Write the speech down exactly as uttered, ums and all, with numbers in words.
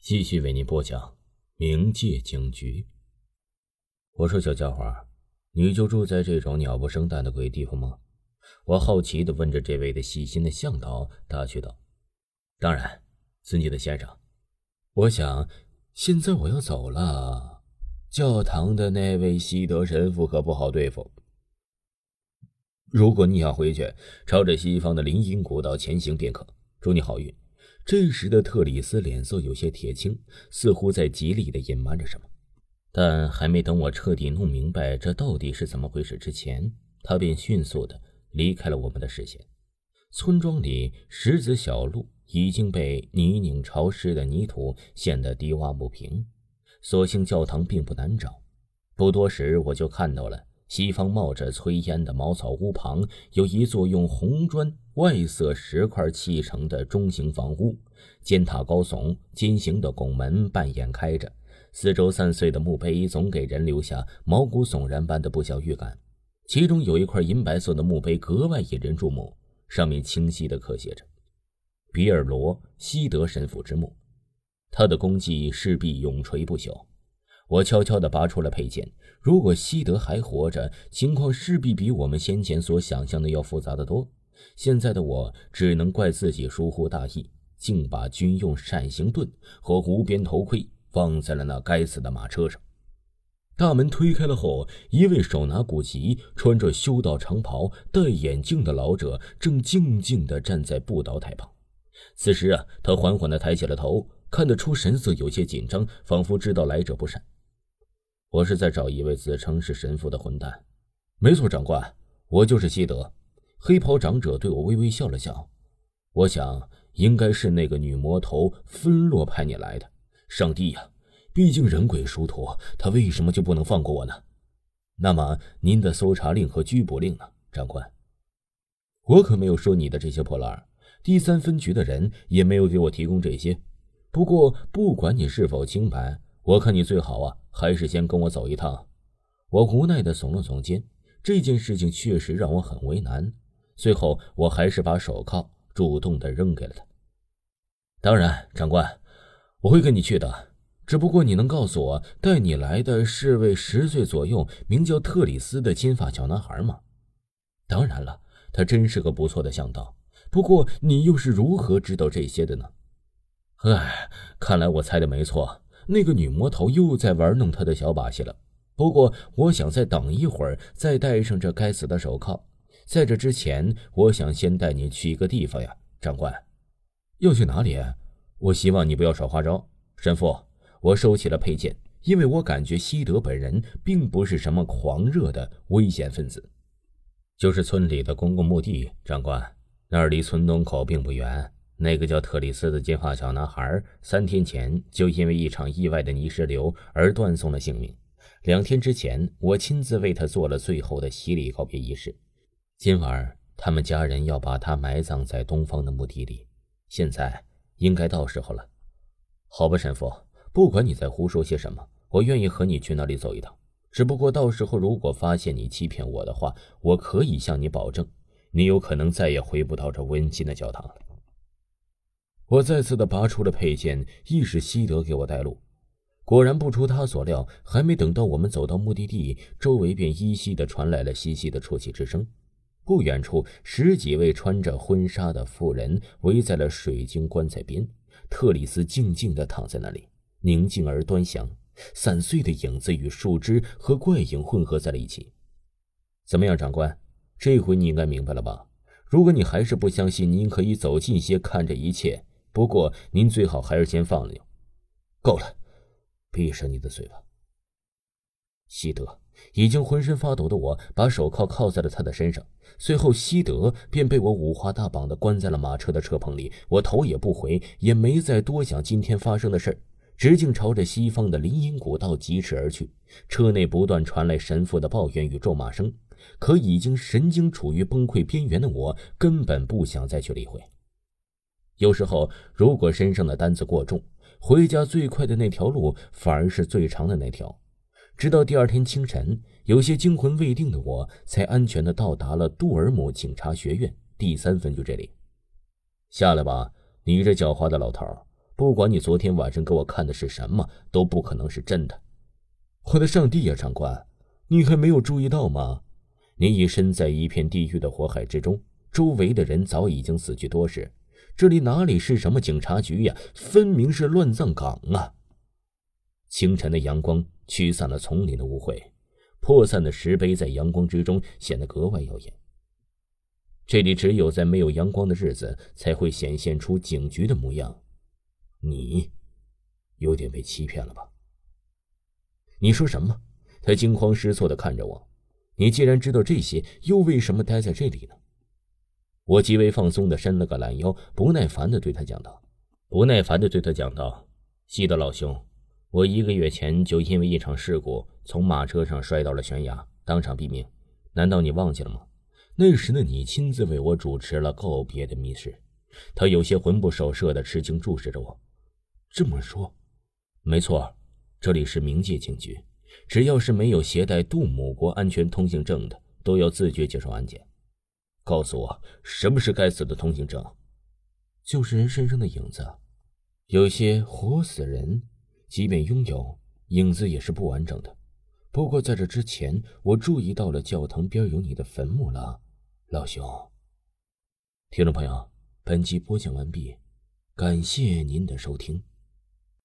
继续为您播讲冥界警局。我说小家伙，你就住在这种鸟不生蛋的鬼地方吗？我好奇地问着这位的细心的向导打趣道。当然，尊敬的先生，我想现在我要走了，教堂的那位西德神父可不好对付。如果你想回去，朝着西方的林荫古道前行便可，祝你好运。这时的特里斯脸色有些铁青，似乎在极力地隐瞒着什么，但还没等我彻底弄明白这到底是怎么回事之前，他便迅速地离开了我们的视线。村庄里石子小路已经被泥泞潮湿的泥土陷得低洼不平，所幸教堂并不难找。不多时，我就看到了西方冒着炊烟的茅草屋旁有一座用红砖外色石块砌成的中型房屋，尖塔高耸，金形的拱门半掩开着，四周散碎的墓碑总给人留下毛骨悚然般的不祥预感。其中有一块银白色的墓碑格外引人注目，上面清晰地刻写着比尔罗西德神父之墓，他的功绩势必永垂不朽。我悄悄地拔出了佩剑，如果西德还活着，情况势必比我们先前所想象的要复杂得多。现在的我只能怪自己疏忽大意，竟把军用扇形盾和无边头盔放在了那该死的马车上。大门推开了后，一位手拿古籍、穿着修道长袍、戴眼镜的老者正静静地站在步道台旁。此时啊，他缓缓地抬起了头，看得出神色有些紧张，仿佛知道来者不善。我是在找一位自称是神父的混蛋。没错，长官，我就是西德。黑袍长者对我微微笑了笑。我想应该是那个女魔头芬洛派你来的。上帝呀，毕竟人鬼殊途，他为什么就不能放过我呢？那么您的搜查令和拘捕令呢，长官？我可没有说你的这些破烂儿，第三分局的人也没有给我提供这些。不过不管你是否清白，我看你最好啊，还是先跟我走一趟。我无奈地耸了耸肩，这件事情确实让我很为难。最后我还是把手铐主动地扔给了他。当然，长官，我会跟你去的。只不过你能告诉我，带你来的是位十岁左右名叫特里斯的金发小男孩吗？当然了，他真是个不错的向导。不过你又是如何知道这些的呢？唉，看来我猜的没错，那个女魔头又在玩弄她的小把戏了。不过我想再等一会儿，再戴上这该死的手铐。在这之前，我想先带你去一个地方呀，长官。要去哪里？我希望你不要耍花招。神父，我收起了佩剑，因为我感觉西德本人并不是什么狂热的危险分子。就是村里的公共墓地，长官，那儿离村东口并不远。那个叫特里斯的金发小男孩，三天前就因为一场意外的泥石流而断送了性命。两天之前，我亲自为他做了最后的洗礼告别仪式。今晚他们家人要把他埋葬在东方的墓地里，现在应该到时候了。好吧，神父，不管你在胡说些什么，我愿意和你去那里走一趟。只不过到时候如果发现你欺骗我的话，我可以向你保证，你有可能再也回不到这温馨的教堂了。我再次的拔出了佩剑，亦是西德给我带路。果然不出他所料，还没等到我们走到目的地，周围便依稀的传来了稀稀的啜泣之声。不远处，十几位穿着婚纱的妇人围在了水晶棺材边，特里斯静静地躺在那里，宁静而端详，散碎的影子与树枝和怪影混合在了一起。怎么样，长官？这回你应该明白了吧？如果你还是不相信，您可以走近些看这一切，不过您最好还是先放了。够了，闭上你的嘴巴。西德已经浑身发抖的我把手铐铐在了他的身上，随后西德便被我五花大绑地关在了马车的车棚里。我头也不回，也没再多想今天发生的事儿，直径朝着西方的林荫古道疾驰而去。车内不断传来神父的抱怨与咒骂声，可已经神经处于崩溃边缘的我根本不想再去理会。有时候如果身上的担子过重，回家最快的那条路反而是最长的那条。直到第二天清晨，有些惊魂未定的我才安全地到达了杜尔姆警察学院第三分局这里。下来吧，你这狡猾的老头， 不管你昨天晚上给我看的是什么，都不可能是真的。我的上帝呀，长官，你还没有注意到吗？你已身在一片地狱的火海之中，周围的人早已经死去多时，这里哪里是什么警察局呀，分明是乱葬岗啊！清晨的阳光驱散了丛林的污秽，破散的石碑在阳光之中显得格外耀眼。这里只有在没有阳光的日子才会显现出警局的模样。你有点被欺骗了吧？你说什么？他惊慌失措地看着我。你既然知道这些，又为什么待在这里呢？我极为放松地伸了个懒腰，不耐烦地对他讲道。不耐烦地对他讲道：西德老兄，我一个月前就因为一场事故从马车上摔到了悬崖，当场毙命。难道你忘记了吗？那时的你亲自为我主持了告别的密室。他有些魂不守舍地吃惊注视着我。这么说，没错，这里是冥界警局，只要是没有携带杜母国安全通行证的，都要自觉接受安检。告诉我，什么是该死的通行证？就是人身上的影子。有些活死人，即便拥有，影子也是不完整的。不过在这之前，我注意到了教堂边有你的坟墓了，老兄。听众朋友，本集播讲完毕，感谢您的收听。